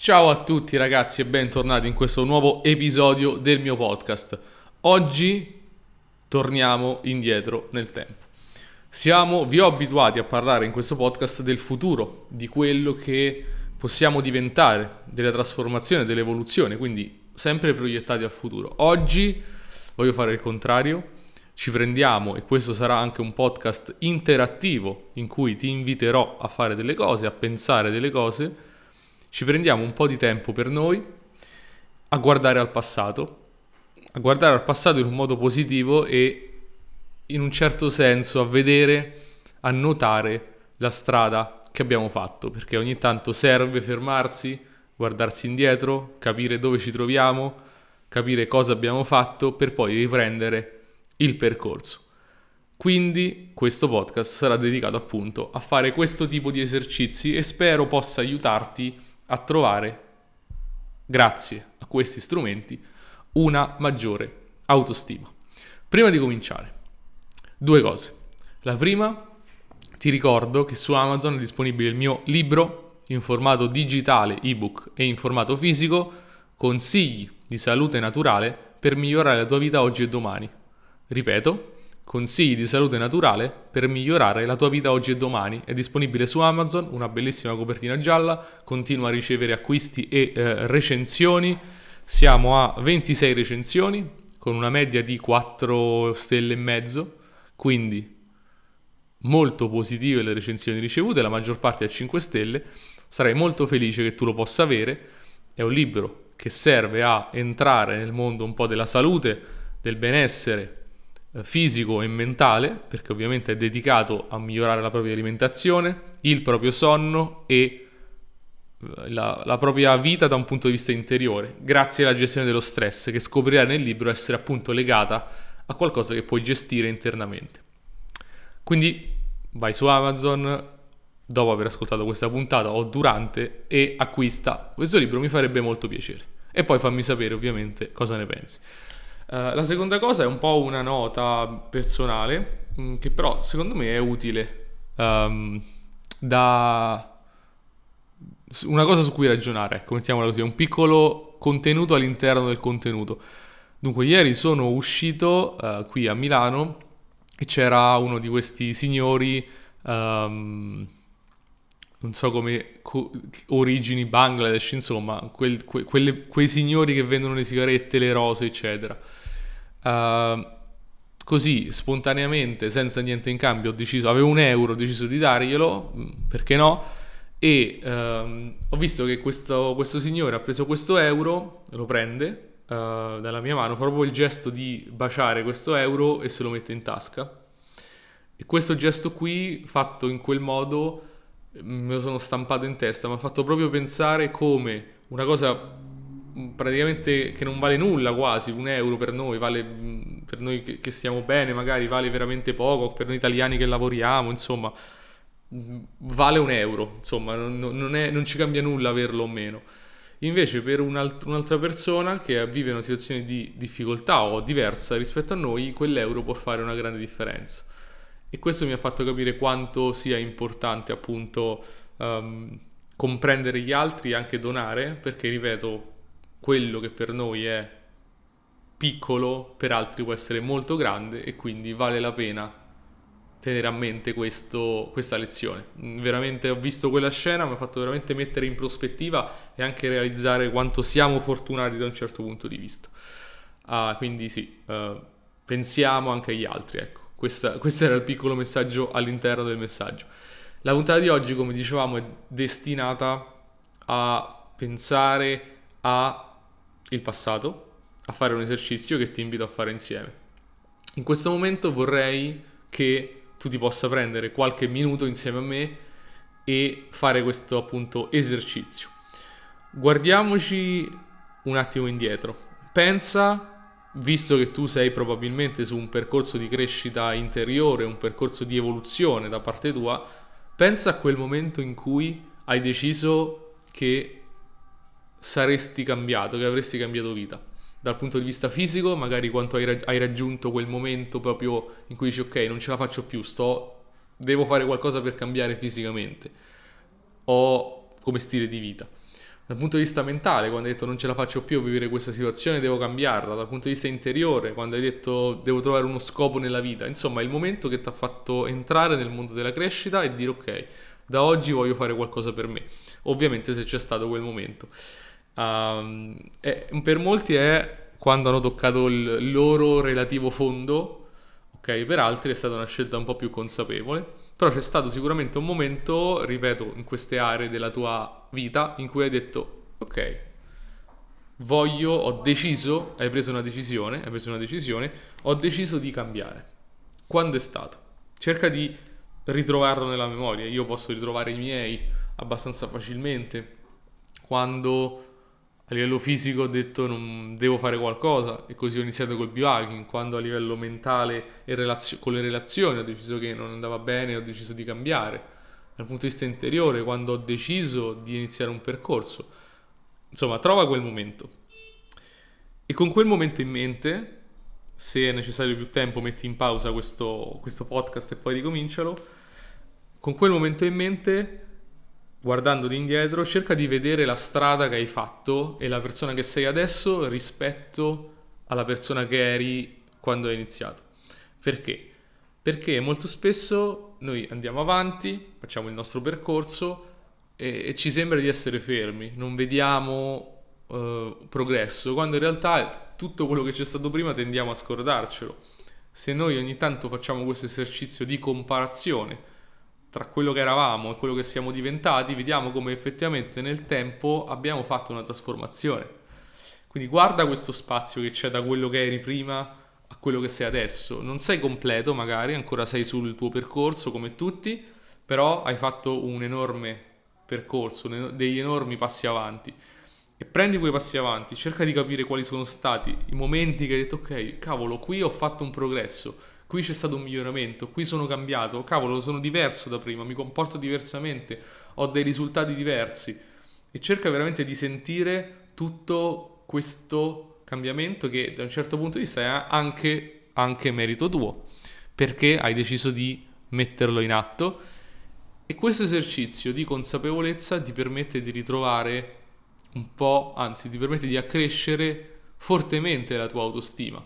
Ciao a tutti ragazzi e bentornati in questo nuovo episodio del mio podcast. Oggi torniamo indietro nel tempo. Vi ho abituati a parlare in questo podcast del futuro, di quello che possiamo diventare, della trasformazione, dell'evoluzione, quindi sempre proiettati al futuro. Oggi voglio fare il contrario, ci prendiamo, e questo sarà anche un podcast interattivo in cui ti inviterò a fare delle cose, a pensare delle cose. Ci prendiamo un po' di tempo per noi a guardare al passato in un modo positivo e in un certo senso a vedere, a notare la strada che abbiamo fatto, perché ogni tanto serve fermarsi, guardarsi indietro, capire dove ci troviamo, capire cosa abbiamo fatto per poi riprendere il percorso. Quindi questo podcast sarà dedicato appunto a fare questo tipo di esercizi e spero possa aiutarti a trovare, grazie a questi strumenti, una maggiore autostima. Prima di cominciare, due cose. La prima, ti ricordo che su Amazon è disponibile il mio libro in formato digitale, ebook e in formato fisico, Consigli di salute naturale per migliorare la tua vita oggi e domani. Ripeto, Consigli di salute naturale per migliorare la tua vita oggi e domani. È disponibile su Amazon, una bellissima copertina gialla, continua a ricevere acquisti e recensioni. Siamo a 26 recensioni con una media di 4 stelle e mezzo, quindi molto positive le recensioni ricevute, la maggior parte a 5 stelle. Sarei molto felice che tu lo possa avere. È un libro che serve a entrare nel mondo un po' della salute, del benessere fisico e mentale, perché ovviamente è dedicato a migliorare la propria alimentazione, il proprio sonno e la propria vita da un punto di vista interiore, grazie alla gestione dello stress, che scoprirai nel libro essere appunto legata a qualcosa che puoi gestire internamente. Quindi vai su Amazon dopo aver ascoltato questa puntata o durante e acquista questo libro, mi farebbe molto piacere. E poi fammi sapere ovviamente cosa ne pensi. La seconda cosa è un po' una nota personale, che però secondo me è utile, da una cosa su cui ragionare, ecco, mettiamola così, un piccolo contenuto all'interno del contenuto. Dunque, ieri sono uscito qui a Milano e c'era uno di questi signori, non so come, origini Bangladesh, insomma, quei signori che vendono le sigarette, le rose, eccetera. Così, spontaneamente, senza niente in cambio, avevo €1, ho deciso di darglielo, perché no? E ho visto che questo signore ha preso questo euro, lo prende dalla mia mano, fa proprio il gesto di baciare questo euro e se lo mette in tasca. E questo gesto qui, fatto in quel modo, me lo sono stampato in testa, mi ha fatto proprio pensare come una cosa praticamente che non vale nulla, quasi €1 per noi, vale per noi che stiamo bene, magari vale veramente poco, per noi italiani che lavoriamo, insomma, vale €1, insomma, non ci cambia nulla averlo o meno. Invece per un'altra persona che vive una situazione di difficoltà o diversa rispetto a noi, quell'euro può fare una grande differenza. E questo mi ha fatto capire quanto sia importante appunto comprendere gli altri e anche donare, perché ripeto, quello che per noi è piccolo per altri può essere molto grande e quindi vale la pena tenere a mente questa lezione. Veramente ho visto quella scena, mi ha fatto veramente mettere in prospettiva e anche realizzare quanto siamo fortunati da un certo punto di vista. Quindi sì, pensiamo anche agli altri, ecco. Questo era il piccolo messaggio all'interno del messaggio. La puntata di oggi, come dicevamo, è destinata a pensare al passato, a fare un esercizio che ti invito a fare insieme. In questo momento vorrei che tu ti possa prendere qualche minuto insieme a me e fare questo appunto esercizio. Guardiamoci un attimo indietro. Pensa, visto che tu sei probabilmente su un percorso di crescita interiore, un percorso di evoluzione da parte tua, pensa a quel momento in cui hai deciso che saresti cambiato, che avresti cambiato vita. Dal punto di vista fisico, magari quanto hai raggiunto quel momento proprio in cui dici ok, non ce la faccio più, devo fare qualcosa per cambiare fisicamente o come stile di vita. Dal punto di vista mentale, quando hai detto non ce la faccio più a vivere questa situazione, devo cambiarla. Dal punto di vista interiore, quando hai detto devo trovare uno scopo nella vita. Insomma, è il momento che ti ha fatto entrare nel mondo della crescita e dire ok, da oggi voglio fare qualcosa per me. Ovviamente se c'è stato quel momento. Per molti è quando hanno toccato il loro relativo fondo, ok? Per altri è stata una scelta un po' più consapevole. Però c'è stato sicuramente un momento, ripeto, in queste aree della tua vita in cui hai detto, ok, ho deciso, hai preso una decisione, ho deciso di cambiare. Quando è stato? Cerca di ritrovarlo nella memoria. Io posso ritrovare i miei abbastanza facilmente. Quando a livello fisico ho detto non devo fare qualcosa e così ho iniziato col biohacking. Quando a livello mentale e con le relazioni ho deciso che non andava bene, ho deciso di cambiare. Dal punto di vista interiore, quando ho deciso di iniziare un percorso. Insomma, trova quel momento. E con quel momento in mente, se è necessario più tempo, metti in pausa questo podcast e poi ricomincialo. Con quel momento in mente, guardandoti indietro, cerca di vedere la strada che hai fatto e la persona che sei adesso rispetto alla persona che eri quando hai iniziato. Perché? Perché molto spesso noi andiamo avanti, facciamo il nostro percorso e ci sembra di essere fermi, non vediamo progresso, quando in realtà tutto quello che c'è stato prima tendiamo a scordarcelo. Se noi ogni tanto facciamo questo esercizio di comparazione tra quello che eravamo e quello che siamo diventati, vediamo come effettivamente nel tempo abbiamo fatto una trasformazione. Quindi guarda questo spazio che c'è da quello che eri prima a quello che sei adesso. Non sei completo magari, ancora sei sul tuo percorso come tutti, però hai fatto un enorme percorso, degli enormi passi avanti. E prendi quei passi avanti, cerca di capire quali sono stati i momenti che hai detto ok, cavolo, qui ho fatto un progresso, qui c'è stato un miglioramento, qui sono cambiato, cavolo, sono diverso da prima, mi comporto diversamente, ho dei risultati diversi. E cerca veramente di sentire tutto questo cambiamento che da un certo punto di vista è anche merito tuo, perché hai deciso di metterlo in atto e questo esercizio di consapevolezza ti permette di ritrovare un po', anzi ti permette di accrescere fortemente la tua autostima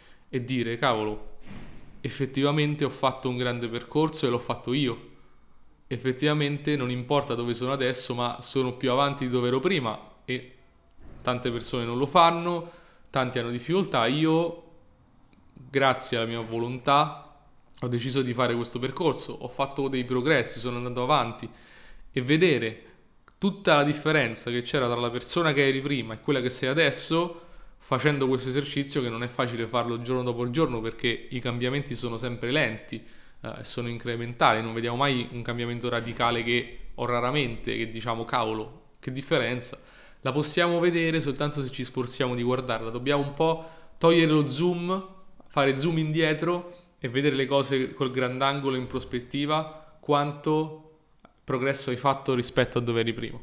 e dire, cavolo, effettivamente ho fatto un grande percorso e l'ho fatto io. Effettivamente non importa dove sono adesso, ma sono più avanti di dove ero prima e tante persone non lo fanno, tanti hanno difficoltà. Io, grazie alla mia volontà, ho deciso di fare questo percorso, ho fatto dei progressi, sono andato avanti e vedere tutta la differenza che c'era tra la persona che eri prima e quella che sei adesso, facendo questo esercizio che non è facile farlo giorno dopo giorno perché i cambiamenti sono sempre lenti, sono incrementali, non vediamo mai un cambiamento radicale o raramente che diciamo cavolo, che differenza. La possiamo vedere soltanto se ci sforziamo di guardarla, dobbiamo un po' togliere lo zoom, fare zoom indietro e vedere le cose col grandangolo in prospettiva, quanto progresso hai fatto rispetto a dove eri prima.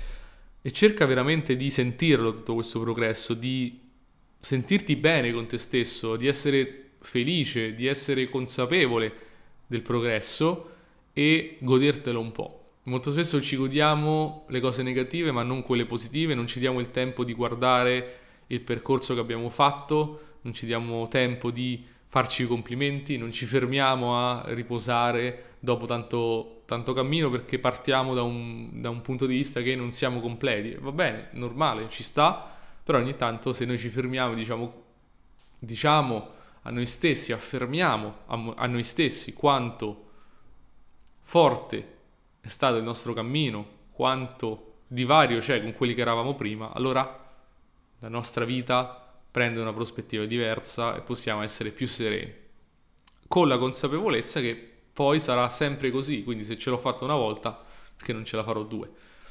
E cerca veramente di sentirlo tutto questo progresso, di sentirti bene con te stesso, di essere felice, di essere consapevole del progresso e godertelo un po'. Molto spesso ci godiamo le cose negative ma non quelle positive, non ci diamo il tempo di guardare il percorso che abbiamo fatto, non ci diamo tempo di farci i complimenti, non ci fermiamo a riposare dopo tanto cammino perché partiamo da un punto di vista che non siamo completi. Va bene, normale, ci sta, però ogni tanto se noi ci fermiamo e diciamo a noi stessi, affermiamo a noi stessi quanto forte è stato il nostro cammino, quanto divario c'è con quelli che eravamo prima, allora la nostra vita prende una prospettiva diversa e possiamo essere più sereni, con la consapevolezza che poi sarà sempre così, quindi se ce l'ho fatta una volta, perché non ce la farò due?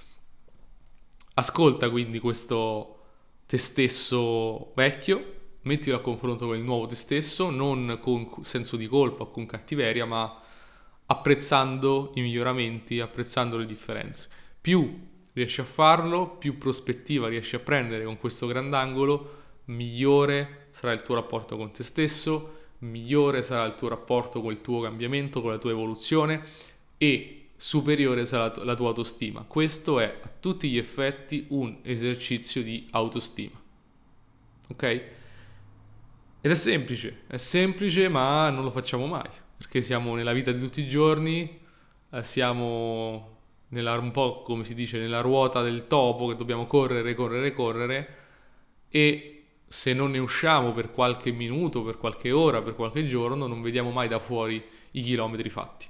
Ascolta quindi questo te stesso vecchio, mettilo a confronto con il nuovo te stesso, non con senso di colpa o con cattiveria, ma apprezzando i miglioramenti, apprezzando le differenze. Più riesci a farlo, più prospettiva riesci a prendere con questo grandangolo, migliore sarà il tuo rapporto con te stesso, migliore sarà il tuo rapporto con il tuo cambiamento, con la tua evoluzione e superiore sarà la tua autostima. Questo è a tutti gli effetti un esercizio di autostima. Ok? Ed è semplice, ma non lo facciamo mai, perché siamo nella vita di tutti i giorni, siamo un po' come si dice nella ruota del topo, che dobbiamo correre, e se non ne usciamo per qualche minuto, per qualche ora, per qualche giorno, non vediamo mai da fuori i chilometri fatti.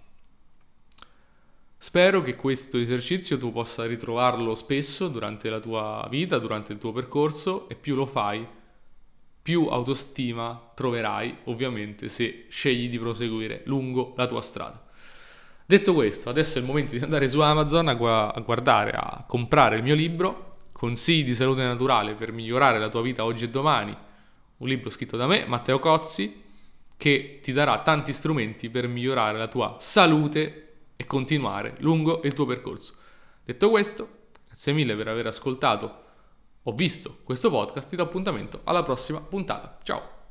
Spero che questo esercizio tu possa ritrovarlo spesso durante la tua vita, durante il tuo percorso, e più lo fai, più autostima troverai, ovviamente, se scegli di proseguire lungo la tua strada. Detto questo, adesso è il momento di andare su Amazon a guardare, a comprare il mio libro, Consigli di salute naturale per migliorare la tua vita oggi e domani, un libro scritto da me, Matteo Cozzi, che ti darà tanti strumenti per migliorare la tua salute e continuare lungo il tuo percorso. Detto questo, grazie mille per aver ascoltato o visto questo podcast, ti do appuntamento alla prossima puntata. Ciao!